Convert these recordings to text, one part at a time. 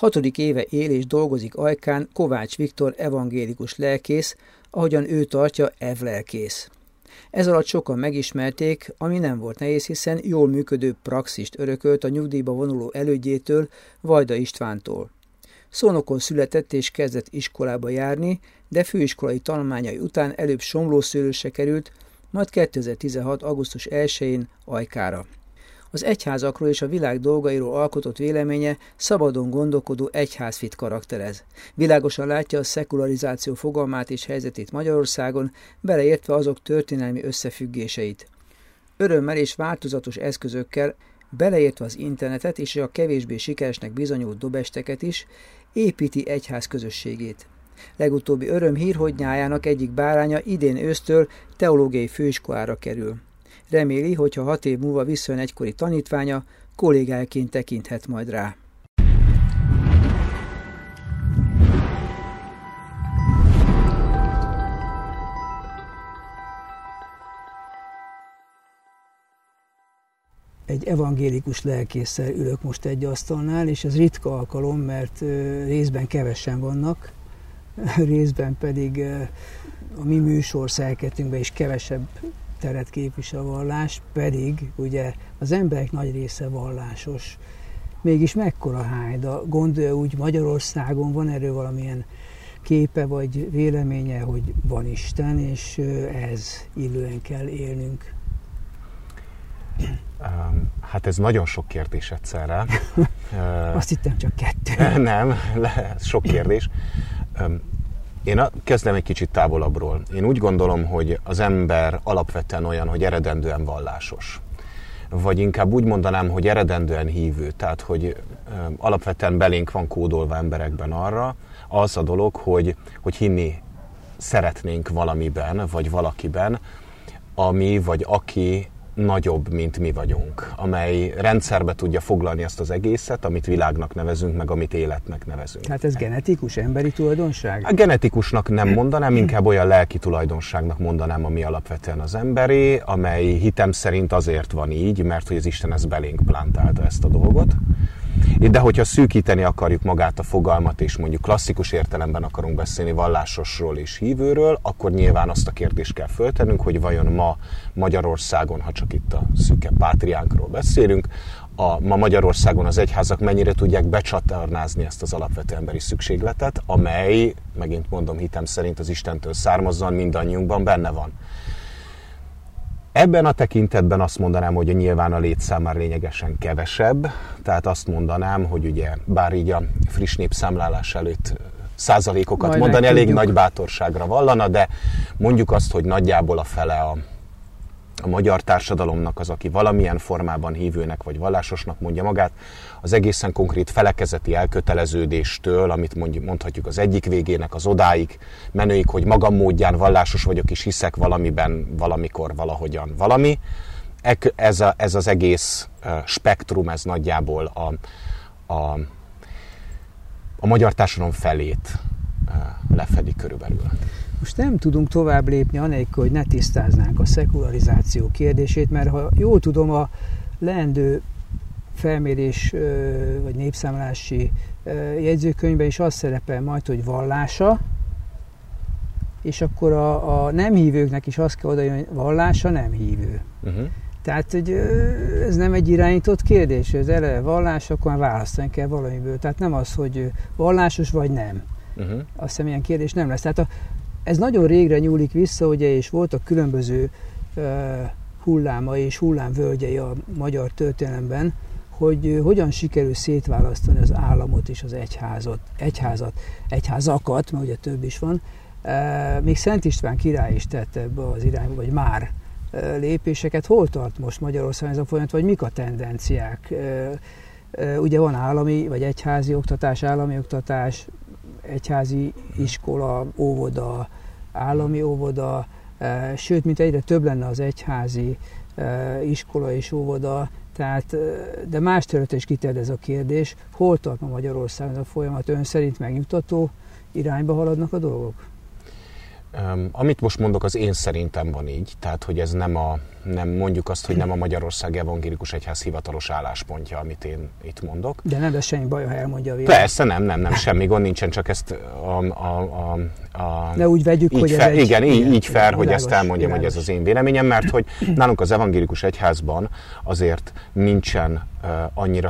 6. éve él és dolgozik Ajkán Kovács Viktor evangélikus lelkész, ahogyan ő tartja, evlelkész. Ez alatt sokan megismerték, ami nem volt nehéz, hiszen jól működő praxist örökölt a nyugdíjba vonuló elődjétől, Vajda Istvántól. Szolnokon született és kezdett iskolába járni, de főiskolai tanulmányai után előbb Somlószőlősre került, majd 2016. augusztus 1-én Ajkára. Az egyházakról és a világ dolgairól alkotott véleménye szabadon gondolkodó egyházfit karakterez. Világosan látja a szekularizáció fogalmát és helyzetét Magyarországon, beleértve azok történelmi összefüggéseit. Örömmel és változatos eszközökkel, beleértve az internetet és a kevésbé sikeresnek bizonyult dobesteket is, építi egyház közösségét. Legutóbbi örömhír, hogy nyájának egyik báránya idén ősztől teológiai főiskolára kerül. Reméli, hogy ha 6 év múlva visszajön egykori tanítványa, kollégájaként tekinthet majd rá. Egy evangélikus lelkésszel ülök most egy asztalnál, és ez ritka alkalom, mert részben kevesen vannak, részben pedig a mi műsorszájkettünkben is kevesebb teret képvisel a vallás, pedig ugye az emberek nagy része vallásos. Mégis mekkora hányda? Gondolja úgy, Magyarországon van erről valamilyen képe vagy véleménye, hogy van Isten, és ez illően kell élnünk? Hát ez nagyon sok kérdés egyszerre. Azt hittem csak 2. Nem, sok kérdés. Én kezdem egy kicsit távolabbról. Én úgy gondolom, hogy az ember alapvetően olyan, hogy eredendően vallásos. Vagy inkább úgy mondanám, hogy eredendően hívő. Tehát, hogy alapvetően belénk van kódolva emberekben arra, az a dolog, hogy hinni szeretnénk valamiben, vagy valakiben, ami vagy aki nagyobb, mint mi vagyunk, amely rendszerbe tudja foglalni ezt az egészet, amit világnak nevezünk, meg amit életnek nevezünk. Hát ez genetikus, emberi tulajdonság? A genetikusnak nem mondanám, inkább olyan lelki tulajdonságnak mondanám, ami alapvetően az emberi, amely hitem szerint azért van így, mert hogy az Isten ezt belénk plántálta ezt a dolgot. De hogyha szűkíteni akarjuk magát a fogalmat, és mondjuk klasszikus értelemben akarunk beszélni vallásosról és hívőről, akkor nyilván azt a kérdést kell föltennünk, hogy vajon ma Magyarországon, ha csak itt a szűke pátriánkról beszélünk, ma Magyarországon az egyházak mennyire tudják becsatornázni ezt az alapvető emberi szükségletet, amely, megint mondom, hitem szerint az Istentől származzon, mindannyiunkban benne van. Ebben a tekintetben azt mondanám, hogy nyilván a létszám már lényegesen kevesebb, tehát azt mondanám, hogy ugye, bár így a friss népszámlálás előtt százalékokat majd mondani elég nagy bátorságra vallana, de mondjuk azt, hogy nagyjából a fele a magyar társadalomnak az, aki valamilyen formában hívőnek vagy vallásosnak mondja magát, az egészen konkrét felekezeti elköteleződéstől, amit mondhatjuk az egyik végének az odáig menőig, hogy magam módján vallásos vagyok és hiszek valamiben, valamikor, valahogyan, valami. Ez az egész spektrum, ez nagyjából a magyar társadalom felét lefedi körülbelül. Most nem tudunk tovább lépni anélkül, hogy ne tisztáznánk a szekularizáció kérdését, mert ha jól tudom, a leendő felmérés vagy népszámlási jegyzőkönyvben is az szerepel majd, hogy vallása, és akkor a nem hívőknek is azt kell odaírni, hogy vallása nem hívő. Tehát hogy ez nem egy irányított kérdés, ez eleve vallás, akkor már választani kell valamiből. Tehát nem az, hogy vallásos vagy nem. Azt hiszem, ilyen kérdés nem lesz. Tehát ez nagyon régre nyúlik vissza, ugye, és voltak különböző hullámai és hullámvölgyei a magyar történelemben, hogy hogyan sikerül szétválasztani az államot és az egyházakat, mert ugye több is van. Még Szent István király is tette ebbe az irányba, vagy már lépéseket. Hol tart most Magyarországon ez a folyamat, vagy mik a tendenciák? Ugye van állami, vagy egyházi oktatás, állami oktatás, egyházi iskola, óvoda, állami óvoda, sőt, mint egyre több lenne az egyházi iskola és óvoda, tehát, de más területen is kiterjed ez a kérdés. Hol tart ma Magyarországon ez a folyamat? Ön szerint megnyugtató irányba haladnak a dolgok? Amit most mondok, az én szerintem van így, tehát hogy ez nem mondjuk azt, hogy nem a Magyarország Evangélikus Egyház hivatalos álláspontja, amit én itt mondok. De nem lesz semmi baj, ha elmondja a véleményt. Persze, nem, semmi gond nincsen, csak ezt de úgy vegyük, hogy ez egy... Igen, így fair, hogy világos, ezt elmondjam, hogy ez az én véleményem, mert hogy nálunk az Evangélikus Egyházban azért nincsen annyira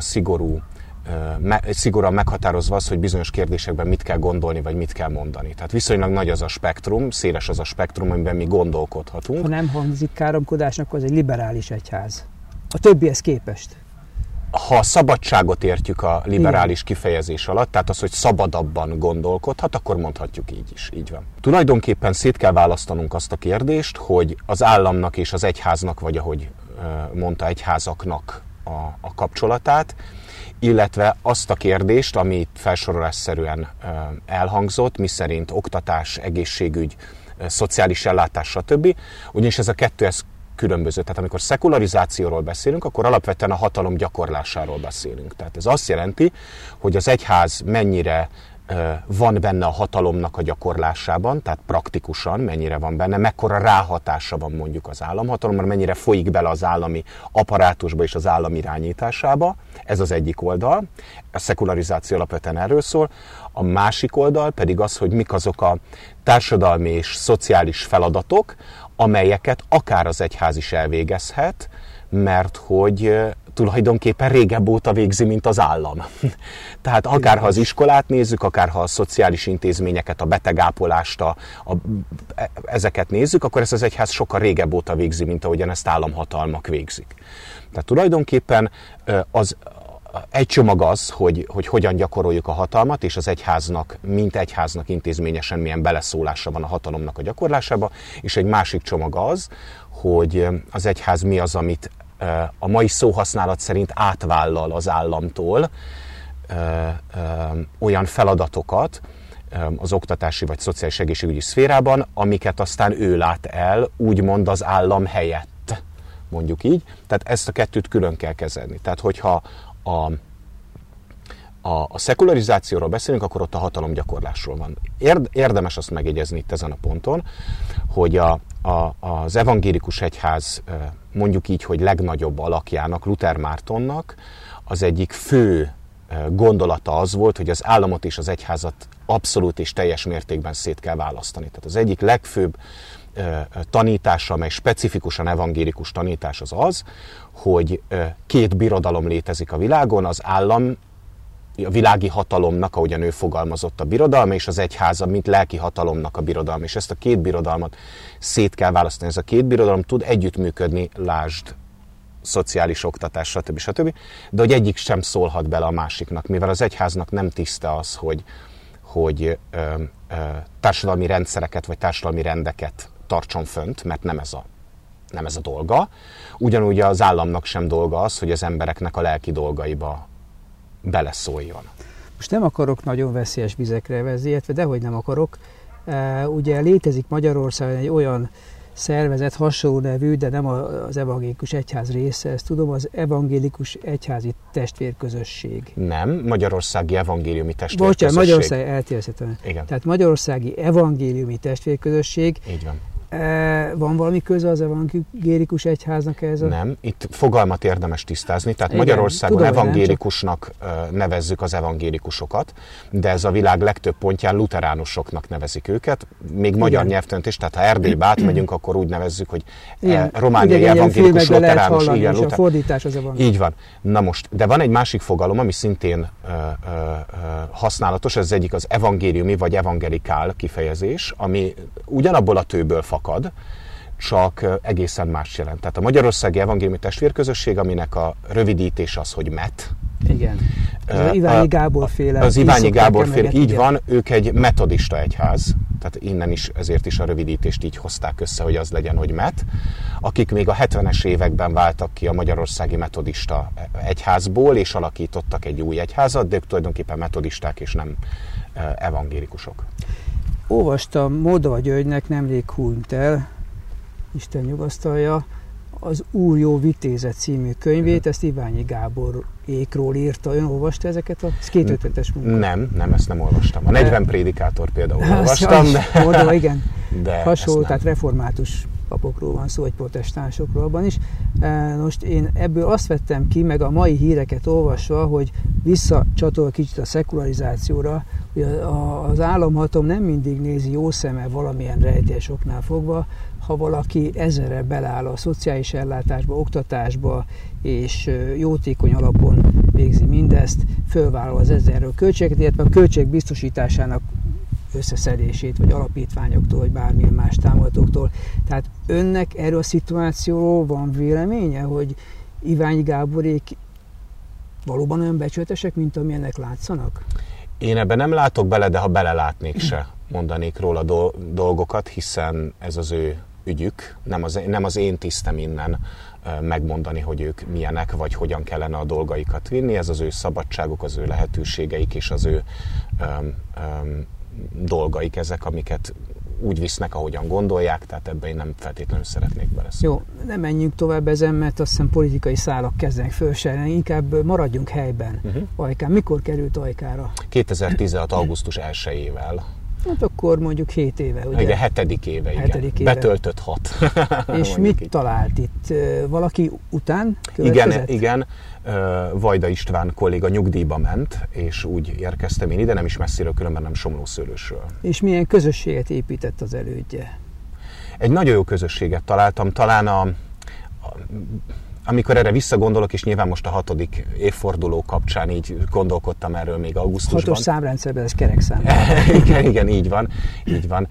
szigorúan meghatározva az, hogy bizonyos kérdésekben mit kell gondolni, vagy mit kell mondani. Tehát viszonylag nagy az a spektrum, széles az a spektrum, amiben mi gondolkodhatunk. Ha nem hangzik káromkodásnak, az egy liberális egyház. A többihez képest. Ha a szabadságot értjük a liberális kifejezés alatt, tehát az, hogy szabadabban gondolkodhat, akkor mondhatjuk így is. Így van. Tulajdonképpen szét kell választanunk azt a kérdést, hogy az államnak és az egyháznak, vagy ahogy mondta, egyházaknak a kapcsolatát, illetve azt a kérdést, amit felsorolásszerűen elhangzott, miszerint oktatás, egészségügy, szociális ellátás, stb. Ugyanis ez a kettő különböző. Tehát amikor szekularizációról beszélünk, akkor alapvetően a hatalom gyakorlásáról beszélünk. Tehát ez azt jelenti, hogy az egyház mennyire van benne a hatalomnak a gyakorlásában, tehát praktikusan mennyire van benne, mekkora ráhatása van mondjuk az államhatalomra, mennyire folyik bele az állami apparátusba és az állam irányításába. Ez az egyik oldal. A szekularizáció alapvetően erről szól. A másik oldal pedig az, hogy mik azok a társadalmi és szociális feladatok, amelyeket akár az egyház is elvégezhet, mert hogy tulajdonképpen régebb óta végzi, mint az állam. Tehát akárha az iskolát nézzük, akárha a szociális intézményeket, a betegápolást, ezeket nézzük, akkor ezt az egyház sokkal régebb óta végzi, mint ahogyan ezt államhatalmak végzik. Tehát tulajdonképpen egy csomag az, hogy hogyan gyakoroljuk a hatalmat, és az egyháznak, mint egyháznak intézményesen milyen beleszólása van a hatalomnak a gyakorlásába, és egy másik csomag az, hogy az egyház mi az, amit a mai szóhasználat szerint átvállal az államtól olyan feladatokat az oktatási vagy szociális egészségügyi szférában, amiket aztán ő lát el, úgymond az állam helyett, mondjuk így. Tehát ezt a kettőt külön kell kezelni. Tehát hogyha a szekularizációról beszélünk, akkor ott a hatalomgyakorlásról van. Érdemes azt megjegyezni itt ezen a ponton, hogy az evangélikus egyház, mondjuk így, hogy legnagyobb alakjának, Luther Mártonnak az egyik fő gondolata az volt, hogy az államot és az egyházat abszolút és teljes mértékben szét kell választani. Tehát az egyik legfőbb tanítása, amely specifikusan evangélikus tanítás az, hogy két birodalom létezik a világon, az állam, a világi hatalomnak, ahogyan ő fogalmazott, a birodalma, és az egyháza, mint lelki hatalomnak a birodalma. És ezt a két birodalmat szét kell választani. Ez a két birodalom tud együttműködni, lásd, szociális oktatás, stb. De hogy egyik sem szólhat bele a másiknak, mivel az egyháznak nem tiszte az, hogy társadalmi rendszereket vagy társadalmi rendeket tartson fönt, mert nem ez a dolga. Ugyanúgy az államnak sem dolga az, hogy az embereknek a lelki dolgaiba beleszóljon. Most nem akarok nagyon veszélyes vizekre vezni, illetve dehogy nem akarok. Ugye létezik Magyarországon egy olyan szervezet, hasonló nevű, de nem az evangélikus egyház része, ezt tudom, az evangélikus egyházi testvérközösség. Nem, Magyarországi Evangéliumi Testvérközösség. Bocsánat, Magyarországi eltévesztettem. Igen. Tehát Magyarországi Evangéliumi Testvérközösség. Így van. Van valami köze az evangélikus egyháznak ez? Nem, itt fogalmat érdemes tisztázni, tehát igen, Magyarországon tudom, evangélikusnak nevezzük az evangélikusokat, de ez a világ legtöbb pontján luteránusoknak nevezik őket, még magyar nyelvtant is, tehát ha Erdélybe átmegyünk, akkor úgy nevezzük, hogy romániai evangélikus, luteránus, igen, a fordítás az evangélikus. Így van. Na most, de van egy másik fogalom, ami szintén használatos, ez egyik az evangéliumi vagy evangelikál kifejezés, ami ugyanabból a tőből fakad, csak egészen más jelent. Tehát a Magyarországi Evangéliumi Testvérközösség, aminek a rövidítés az, hogy MET. Igen. Az Iványi Gábor féle. Az Iványi Gábor féle, így igen. Van, ők egy metodista egyház, tehát innen is, ezért is a rövidítést így hozták össze, hogy az legyen, hogy MET, akik még a 70-es években váltak ki a Magyarországi Metodista Egyházból, és alakítottak egy új egyházat, de ők tulajdonképpen metodisták és nem evangélikusok. Olvastam, Moldova Györgynek nemrég hunyt el, Isten nyugasztalja, az Úr jó vitéze című könyvét, ezt Iványi Gáborékról írta. Ön olvasta ezeket a 250-es munkát? Nem, ezt nem olvastam. A 40 prédikátor például olvastam. Igen. De hasonló, tehát református papokról van szó, vagy protestánsokról abban is. Most én ebből azt vettem ki, meg a mai híreket olvasva, hogy visszacsatol kicsit a szekularizációra, hogy az államhatalom nem mindig nézi jó szemmel valamilyen rejtélyes oknál fogva, ha valaki ezerrel beleáll a szociális ellátásba, oktatásba, és jótékony alapon végzi mindezt, fölvállal az ezerről költségeket, illetve a költség biztosításának összeszedését, vagy alapítványoktól, vagy bármilyen más támogatóktól. Tehát önnek erről a szituációról van véleménye, hogy Iványi Gáborék valóban olyan becsületesek, mint amilyennek látszanak? Én ebben nem látok bele, de ha belelátnék se mondanék róla dolgokat, hiszen ez az ő ügyük, nem az én tisztem innen megmondani, hogy ők milyenek, vagy hogyan kellene a dolgaikat vinni. Ez az ő szabadságuk, az ő lehetőségeik és az ő dolgaik ezek, amiket úgy visznek, ahogyan gondolják, tehát ebben én nem feltétlenül szeretnék beleszólni. Jó, nem menjünk tovább ezen, mert azt hiszem politikai szálak kezdenek fölselni, inkább maradjunk helyben. Ajkán. Mikor került Ajkára? 2016. augusztus 1-ével. Hát akkor mondjuk 7 éve, ugye? Igen, 7. éve, igen. 7. éve. Betöltött 6. És mit így talált itt? Valaki után következett? Igen. Vajda István kolléga nyugdíjba ment, és úgy érkeztem én ide, nem is messziről, különben nem Somlószőlősről. És milyen közösséget épített az elődje? Egy nagyon jó közösséget találtam, talán amikor erre visszagondolok, és nyilván most a 6. évforduló kapcsán így gondolkodtam erről még augusztusban. 6-os számrendszerben ez kerek szám. Igen, így van.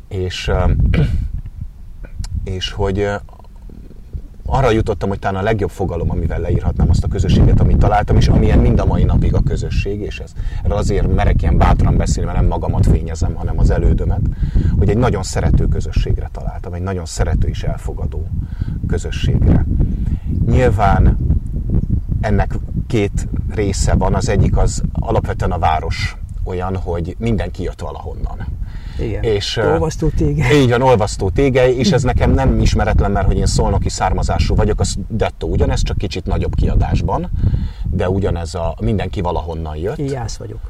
És hogy arra jutottam, hogy talán a legjobb fogalom, amivel leírhatnám azt a közösséget, amit találtam, és amilyen mind a mai napig a közösség, és erről azért merek ilyen bátran beszélni, mert nem magamat fényezem, hanem az elődömet, hogy egy nagyon szerető közösségre találtam, egy nagyon szerető és elfogadó közösségre. Nyilván ennek 2 része van, az egyik az alapvetően a város olyan, hogy mindenki jött valahonnan. Igen, és olvasztó tége. Így van, olvasztó tége, és ez nekem nem ismeretlen, mert hogy én szolnoki származású vagyok, az dettó ugyanez, csak kicsit nagyobb kiadásban, de ugyanez a mindenki valahonnan jött. Jász vagyok.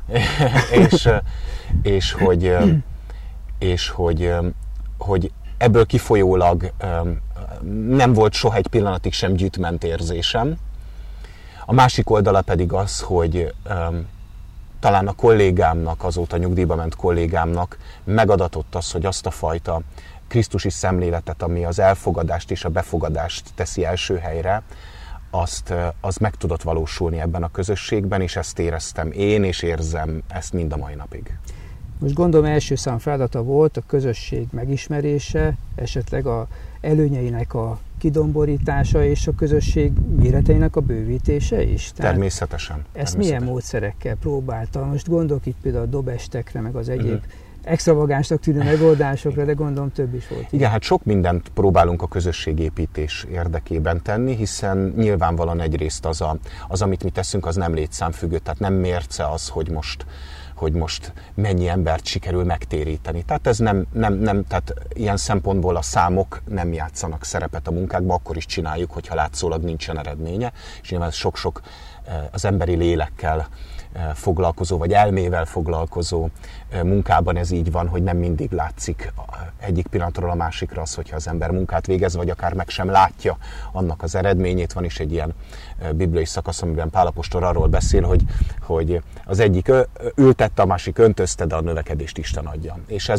és hogy ebből kifolyólag nem volt soha egy pillanatig sem gyűjtmentérzésem. A másik oldala pedig az, hogy talán a kollégámnak, azóta nyugdíjba ment kollégámnak megadatott az, hogy azt a fajta krisztusi szemléletet, ami az elfogadást és a befogadást teszi első helyre, az meg tudott valósulni ebben a közösségben, és ezt éreztem én, és érzem ezt mind a mai napig. Most gondolom első szám feladata volt a közösség megismerése, esetleg a előnyeinek a kidomborítása és a közösség méreteinek a bővítése is. Természetesen. Ezt milyen módszerekkel próbálta? Most gondolok itt például a dobestekre, meg az egyéb extravagánsnak tűnő megoldásokra, de gondolom több is volt. Igen, hát sok mindent próbálunk a közösségépítés érdekében tenni, hiszen nyilvánvalóan egyrészt az, amit mi teszünk, az nem létszámfüggő, tehát nem mérce az, hogy most mennyi embert sikerül megtéríteni. Tehát ez nem, tehát ilyen szempontból a számok nem játszanak szerepet a munkákban, akkor is csináljuk, hogyha látszólag nincsen eredménye, és nyilván sok-sok az emberi lélekkel foglalkozó, vagy elmével foglalkozó munkában ez így van, hogy nem mindig látszik egyik pillanatról a másikra az, hogyha az ember munkát végez, vagy akár meg sem látja annak az eredményét. Van is egy ilyen bibliai szakasz, amiben Pál apostol arról beszél, hogy az egyik ültette, a másik öntözte, de a növekedést Isten adja. És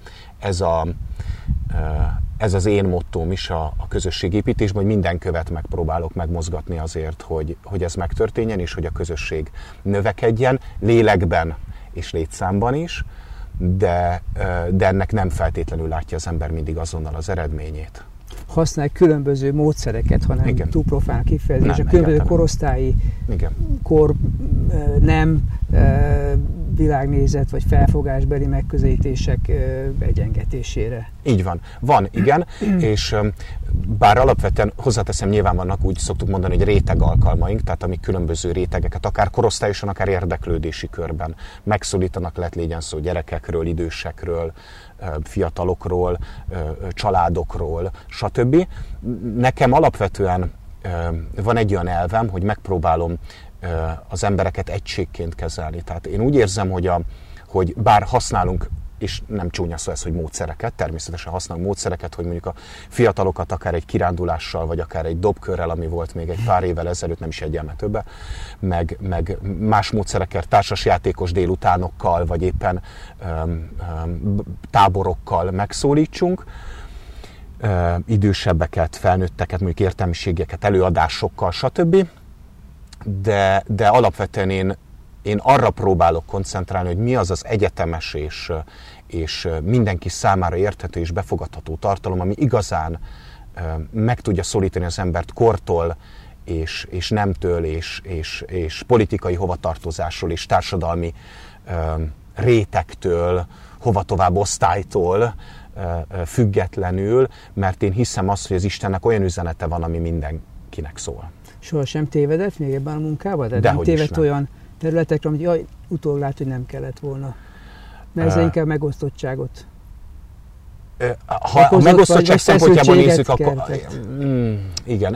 ez az én mottóm is a közösségépítésben, hogy minden követ megpróbálok megmozgatni azért, hogy ez megtörténjen, és hogy a közösség növekedjen, lélekben és létszámban is, de ennek nem feltétlenül látja az ember mindig azonnal az eredményét. Használ különböző módszereket, hanem igen. Túl profán kifejezés, a különböző korosztályi, kor, nem, világnézet vagy felfogásbeli megközelítések egyengetésére. Így van, igen, és bár alapvetően hozzáteszem, nyilván vannak, úgy szoktuk mondani, hogy réteg alkalmaink, tehát amik különböző rétegeket, akár korosztályosan, akár érdeklődési körben megszólítanak, lehet legyen szó gyerekekről, idősekről, fiatalokról, családokról, stb. Nekem alapvetően van egy olyan elvem, hogy megpróbálom az embereket egységként kezelni. Tehát én úgy érzem, hogy bár használunk, és nem csúnya szó ez, hogy módszereket, természetesen használunk módszereket, hogy mondjuk a fiatalokat akár egy kirándulással, vagy akár egy dobkörrel, ami volt még egy pár évvel ezelőtt, nem is egyel többe, meg más módszerekkel, társasjátékos délutánokkal, vagy éppen táborokkal megszólítsunk, idősebbeket, felnőtteket, mondjuk értelmiségeket, előadásokkal, stb. De alapvetően én arra próbálok koncentrálni, hogy mi az az egyetemes és mindenki számára érthető és befogadható tartalom, ami igazán meg tudja szólítani az embert kortól, és nemtől, és politikai hovatartozásról, és társadalmi rétegtől, hova tovább osztálytól függetlenül, mert én hiszem azt, hogy az Istennek olyan üzenete van, ami mindenkinek szól. Soha sem tévedett még ebben a munkában? De nem tévedt olyan területekre, amit utólag lát, hogy nem kellett volna. Mert ez inkább megosztottságot. Ha a megosztottság szempontjából nézzük, akkor... Igen,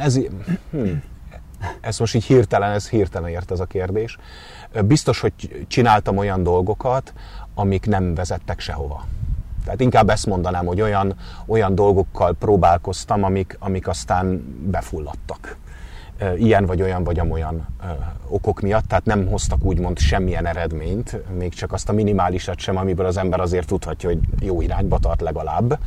ez most így hirtelen ért ez a kérdés. Biztos, hogy csináltam olyan dolgokat, amik nem vezettek sehova. Tehát inkább ezt mondanám, hogy olyan dolgokkal próbálkoztam, amik aztán befulladtak. Ilyen vagy amolyan okok miatt, tehát nem hoztak úgymond semmilyen eredményt, még csak azt a minimálisat sem, amiből az ember azért tudhatja, hogy jó irányba tart legalább.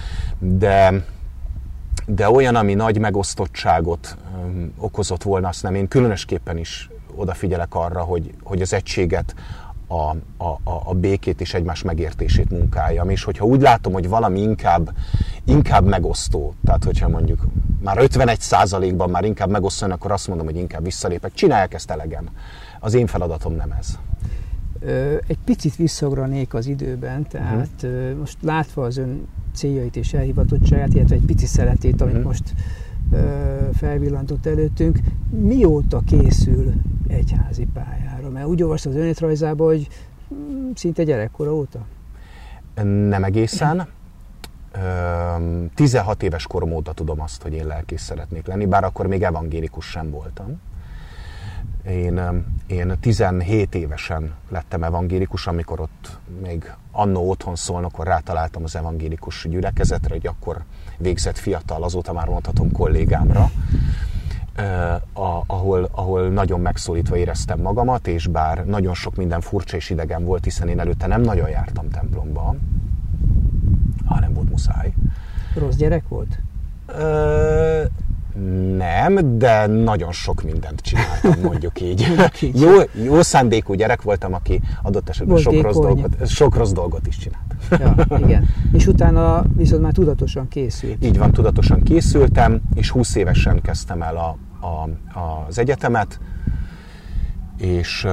De olyan, ami nagy megosztottságot okozott volna, azt nem. Én különösképpen is odafigyelek arra, hogy az egységet, a békét és egymás megértését munkáljam, és hogyha úgy látom, hogy valami inkább megosztó, tehát hogyha mondjuk már 51%-ban már inkább megosztó, akkor azt mondom, hogy inkább visszalépek. Csinálják ezt elegem. Az én feladatom nem ez. Egy picit visszaugranék az időben, tehát most látva az ön céljait és elhivatottságát, illetve egy pici szeletét, amit most felvillantott előttünk, mióta készül egyházi pályára? Mert úgy olvastam az önéletrajzában, hogy szinte gyerekkora óta. Nem egészen. 16 éves korom óta tudom azt, hogy én lelkész szeretnék lenni, bár akkor még evangélikus sem voltam. Én 17 évesen lettem evangélikus, amikor ott még annó otthon Szolnokon rátaláltam az evangélikus gyülekezetre, hogy akkor végzett fiatal, azóta már mondhatom kollégámra, ahol nagyon megszólítva éreztem magamat, és bár nagyon sok minden furcsa és idegen volt, hiszen én előtte nem nagyon jártam templomba, nem volt muszáj. Rossz gyerek volt? Nem, de nagyon sok mindent csináltam, mondjuk így. Jó szándékú gyerek voltam, aki adott esetben sok rossz dolgot is csinált. Ja, igen. És utána viszont már tudatosan készült. Így van, tudatosan készültem, és 20 évesen kezdtem el az egyetemet, és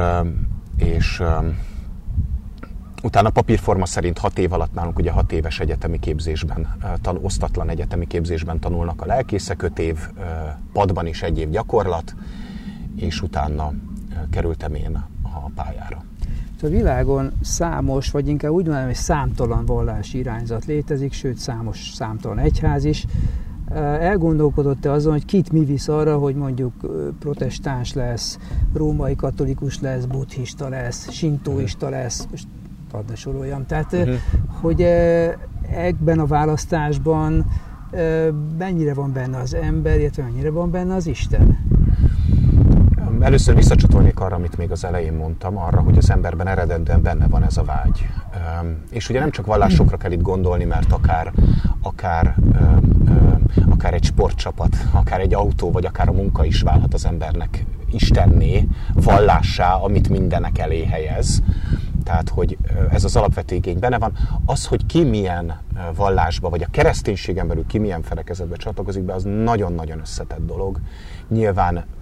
utána papírforma szerint 6 év alatt nálunk ugye 6 éves egyetemi képzésben, osztatlan egyetemi képzésben tanulnak a lelkészek, 5 év padban és 1 év gyakorlat, és utána kerültem én a pályára. A világon számos, vagy inkább úgy mondanám, hogy számtalan vallási irányzat létezik, sőt számtalan egyház is. Elgondolkodott-e azon, hogy kit mi visz arra, hogy mondjuk protestáns lesz, római katolikus lesz, buddhista lesz, sintóista lesz, most hadd ne soroljam. Tehát, hogy ebben a választásban mennyire van benne az ember, illetve mennyire van benne az Isten? Először visszacsatolnék arra, amit még az elején mondtam, arra, hogy az emberben eredendően benne van ez a vágy. És ugye nem csak vallásokra kell itt gondolni, mert akár egy sportcsapat, akár egy autó, vagy akár a munka is válhat az embernek istenné, vallássá, amit mindenek elé helyez. Tehát, hogy ez az alapvető igény benne van. Az, hogy ki milyen vallásba, vagy a kereszténységen belül ki milyen felekezetbe csatlakozik be, az nagyon-nagyon összetett dolog. Nyilván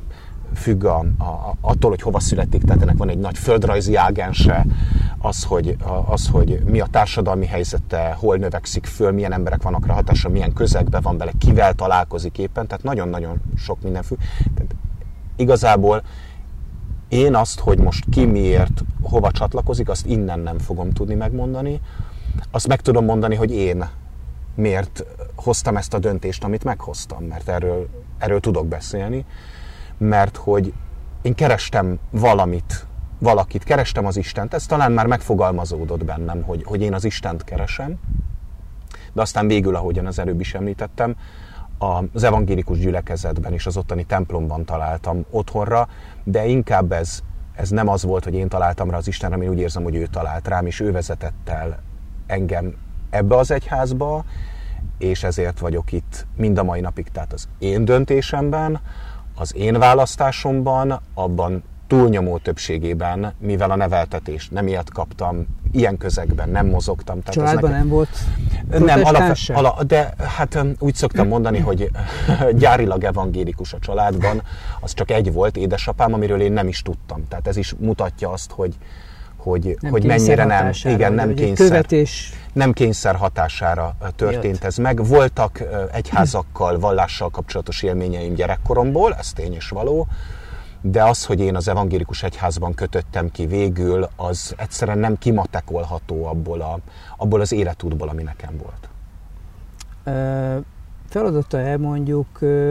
függ attól, hogy hova születik, tehát ennek van egy nagy földrajzi ágense, az, hogy mi a társadalmi helyzete, hol növekszik föl, milyen emberek vannak rá hatással, milyen közegben van vele, kivel találkozik éppen, tehát nagyon-nagyon sok minden függ. Tehát igazából én azt, hogy most ki miért, hova csatlakozik, azt innen nem fogom tudni megmondani. Azt meg tudom mondani, hogy én miért hoztam ezt a döntést, amit meghoztam, mert erről tudok beszélni, mert hogy én kerestem valakit, kerestem az Istent, ez talán már megfogalmazódott bennem, hogy én az Istent keresem, de aztán végül, ahogyan az előbb is említettem, az evangélikus gyülekezetben és az ottani templomban találtam otthonra, de inkább ez nem az volt, hogy én találtam rá az Istenre, én úgy érzem, hogy ő talált rám, és ő vezetett el engem ebbe az egyházba, és ezért vagyok itt mind a mai napig. Tehát az én döntésemben, az én választásomban, abban túlnyomó többségében, mivel a neveltetést nem ilyet kaptam, ilyen közegben nem mozogtam. Tehát családban nem volt nem, de hát úgy szoktam mondani, hogy gyárilag evangélikus a családban, az csak egy volt, édesapám, amiről én nem is tudtam. Tehát ez is mutatja azt, hogy mennyire nem kényszer hatására történt ez meg. Voltak egyházakkal, vallással kapcsolatos élményeim gyerekkoromból, ez tény és való, de az, hogy én az evangélikus egyházban kötöttem ki végül, az egyszerűen nem kimatekolható abból az életútból, ami nekem volt. Feladata-e mondjuk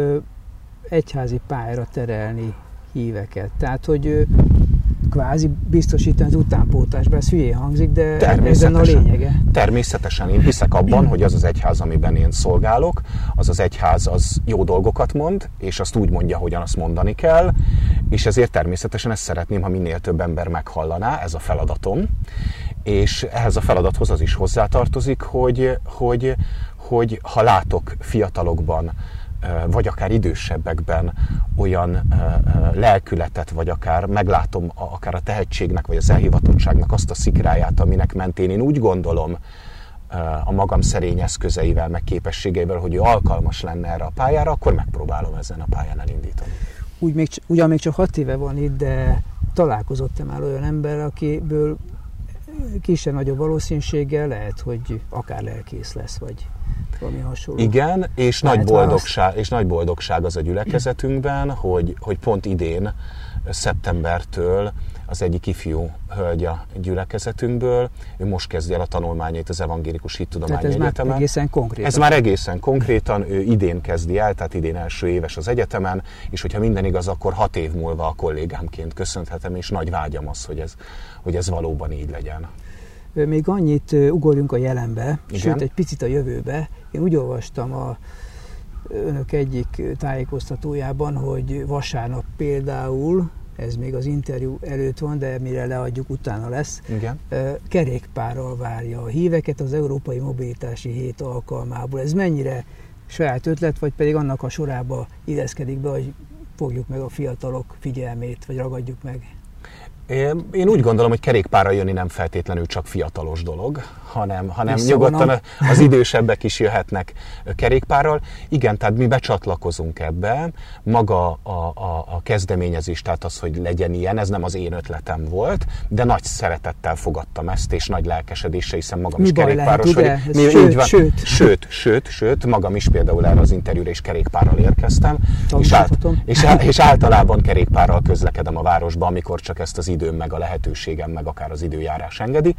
egyházi pályára terelni híveket? Tehát, hogy kvázi biztosítani az utánpótlásban, ez hülyén hangzik, de ezen a lényege. Természetesen én hiszek abban, hogy az az egyház, amiben én szolgálok, az egyház az jó dolgokat mond, és azt úgy mondja, hogyan azt mondani kell, és ezért természetesen ezt szeretném, ha minél több ember meghallaná, ez a feladatom, és ehhez a feladathoz az is hozzátartozik, hogy ha látok fiatalokban, vagy akár idősebbekben olyan lelkületet, vagy akár meglátom akár a tehetségnek, vagy az elhivatottságnak azt a szikráját, aminek mentén én úgy gondolom a magam szerény eszközeivel, meg képességeivel, hogy ő alkalmas lenne erre a pályára, akkor megpróbálom ezen a pályán elindítani. Ugyan még csak 6 éve van itt, de találkozott-e már olyan ember, akiből kisebb-nagyobb valószínűséggel lehet, hogy akár lelkész lesz, vagy valami hasonló. Igen, és nagy boldogság az a gyülekezetünkben, hogy pont idén, szeptembertől az egyik ifjú hölgy a gyülekezetünkből, ő most kezdi el a tanulmányait az Evangélikus Hittudományi Egyetemen. Ez már egészen konkrétan. Ez már egészen konkrétan, ő idén kezdi el, tehát idén első éves az egyetemen, és hogyha minden igaz, akkor 6 év múlva a kollégámként köszönhetem, és nagy vágyam az, hogy ez valóban így legyen. Még annyit ugorjunk a jelenbe, igen? Sőt egy picit a jövőbe. Én úgy olvastam önök egyik tájékoztatójában, hogy vasárnap például, ez még az interjú előtt van, de mire leadjuk, utána lesz, igen? Kerékpárral várja a híveket az Európai Mobilitási Hét alkalmából. Ez mennyire saját ötlet, vagy pedig annak a sorába illeszkedik be, hogy fogjuk meg a fiatalok figyelmét, vagy ragadjuk meg? Én úgy gondolom, hogy kerékpárral jönni nem feltétlenül csak fiatalos dolog, hanem nyugodtan az idősebbek is jöhetnek kerékpárral. Igen, tehát mi becsatlakozunk ebbe. Maga a kezdeményezés, tehát az, hogy legyen ilyen, ez nem az én ötletem volt, de nagy szeretettel fogadtam ezt, és nagy lelkesedéssel, hiszen magam is kerékpáros vagyok. Sőt, magam is például erre az interjúra is kerékpárral érkeztem, és általában kerékpárral közlekedem a városba, amikor csak ezt az időm, meg a lehetőségem, meg akár az időjárás engedi.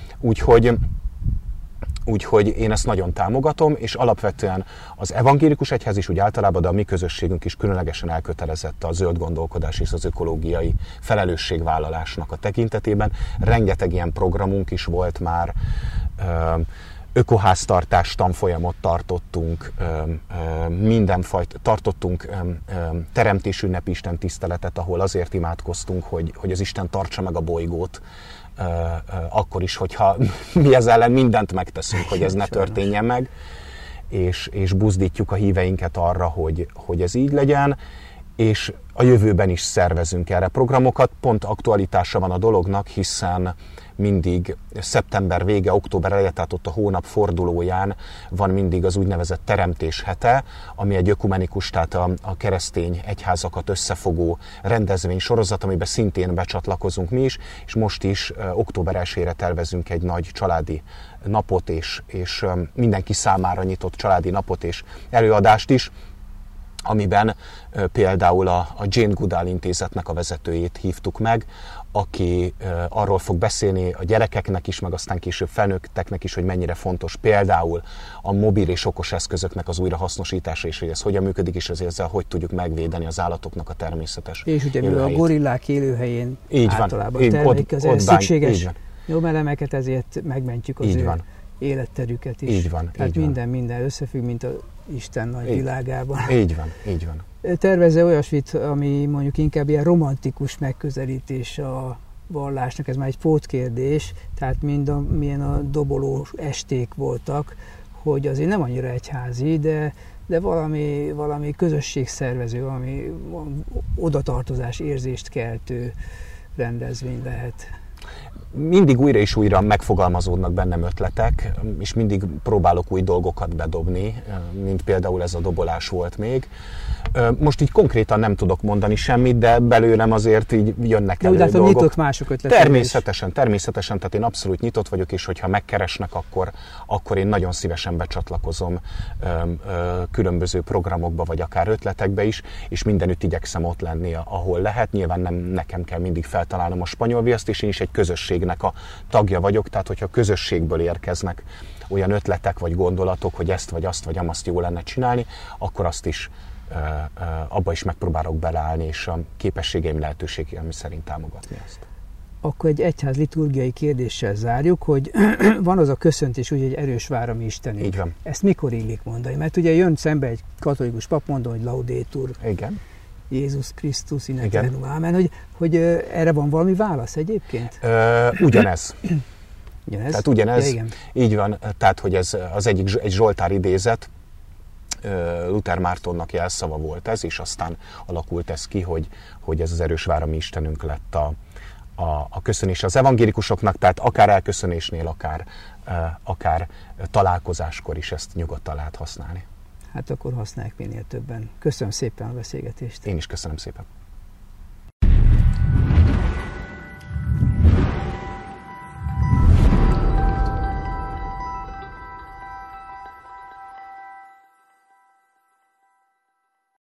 Úgyhogy én ezt nagyon támogatom, és alapvetően az evangélikus egyház is úgy általában, de a mi közösségünk is különlegesen elkötelezett a zöld gondolkodás és az ökológiai felelősségvállalásnak a tekintetében. Rengeteg ilyen programunk is volt már, ökoháztartás tanfolyamot tartottunk, tartottunk teremtésünnepi Isten tiszteletet, ahol azért imádkoztunk, hogy az Isten tartsa meg a bolygót, akkor is, hogyha mi ez ellen mindent megteszünk, hogy ez ne történjen meg, és buzdítjuk a híveinket arra, hogy ez így legyen. és a jövőben is szervezünk erre programokat. Pont aktualitása van a dolognak, hiszen mindig szeptember vége, október eleje, tehát ott a hónap fordulóján van mindig az úgynevezett teremtés hete, ami egy ökumenikus, tehát a keresztény egyházakat összefogó rendezvénysorozat, amiben szintén becsatlakozunk mi is, és most is október 1-ére tervezünk egy nagy családi napot, és mindenki számára nyitott családi napot és előadást is, amiben például a Jane Goodall intézetnek a vezetőjét hívtuk meg, aki arról fog beszélni a gyerekeknek is, meg aztán később felnőtteknek is, hogy mennyire fontos például a mobil és okos eszközöknek az újrahasznosítása, és hogy ez hogyan működik, és ezzel hogy tudjuk megvédeni az állatoknak a természetes és ugye élőhelyét. A gorillák élőhelyén így általában van. termék között szükséges van. jomelemeket, ezért megmentjük az így ő van. életterüket is. Így van. Tehát így minden összefügg, mint a Isten nagy világában. Így van. Tervezze olyasmit, ami mondjuk inkább ilyen romantikus megközelítés a vallásnak, ez már egy pótkérdés, tehát milyen a dobolós esték voltak, hogy azért nem annyira egyházi, de valami közösségszervező, valami odatartozás érzést keltő rendezvény lehet. Mindig újra és újra megfogalmazódnak bennem ötletek, és mindig próbálok új dolgokat bedobni, mint például ez a dobolás volt még. Most így konkrétan nem tudok mondani semmit, de belőlem azért így jönnek elő dolgok. Nyitott mások ötletek. Természetesen, tehát én abszolút nyitott vagyok, és hogyha megkeresnek, akkor én nagyon szívesen becsatlakozom különböző programokba, vagy akár ötletekbe is, és mindenütt igyekszem ott lenni, ahol lehet. Nyilván nem nekem kell mindig feltalálnom a spanyol viaszt, és én is egy közösségnek a tagja vagyok, tehát hogyha közösségből érkeznek olyan ötletek vagy gondolatok, hogy ezt vagy azt vagy amazt jó lenne csinálni, akkor azt is abba is megpróbálok beleállni, és a képességeim, lehetőségeim szerint támogatni ezt. Akkor egy egyház liturgiai kérdéssel zárjuk, hogy van az a köszöntés, úgy, hogy erős vár a mi Istenünk. Így van. Ezt mikor illik mondani? Mert ugye jön szembe egy katolikus pap, mondom, hogy Laudetur. Igen. Jézus Krisztus in eternum amen, hogy erre van valami válasz egyébként? Ugyanez. Ugyanez? Tehát ugyanez. Ja, igen. Így van, tehát hogy ez az egy Zsoltár idézet, Luther Mártonnak jelszava volt ez, és aztán alakult ez ki, hogy ez az erős vár a mi Istenünk lett a köszönés az evangélikusoknak, tehát akár elköszönésnél, akár találkozáskor is ezt nyugodtan lehet használni. Hát akkor használják minél többen. Köszönöm szépen a beszélgetést. Én is köszönöm szépen.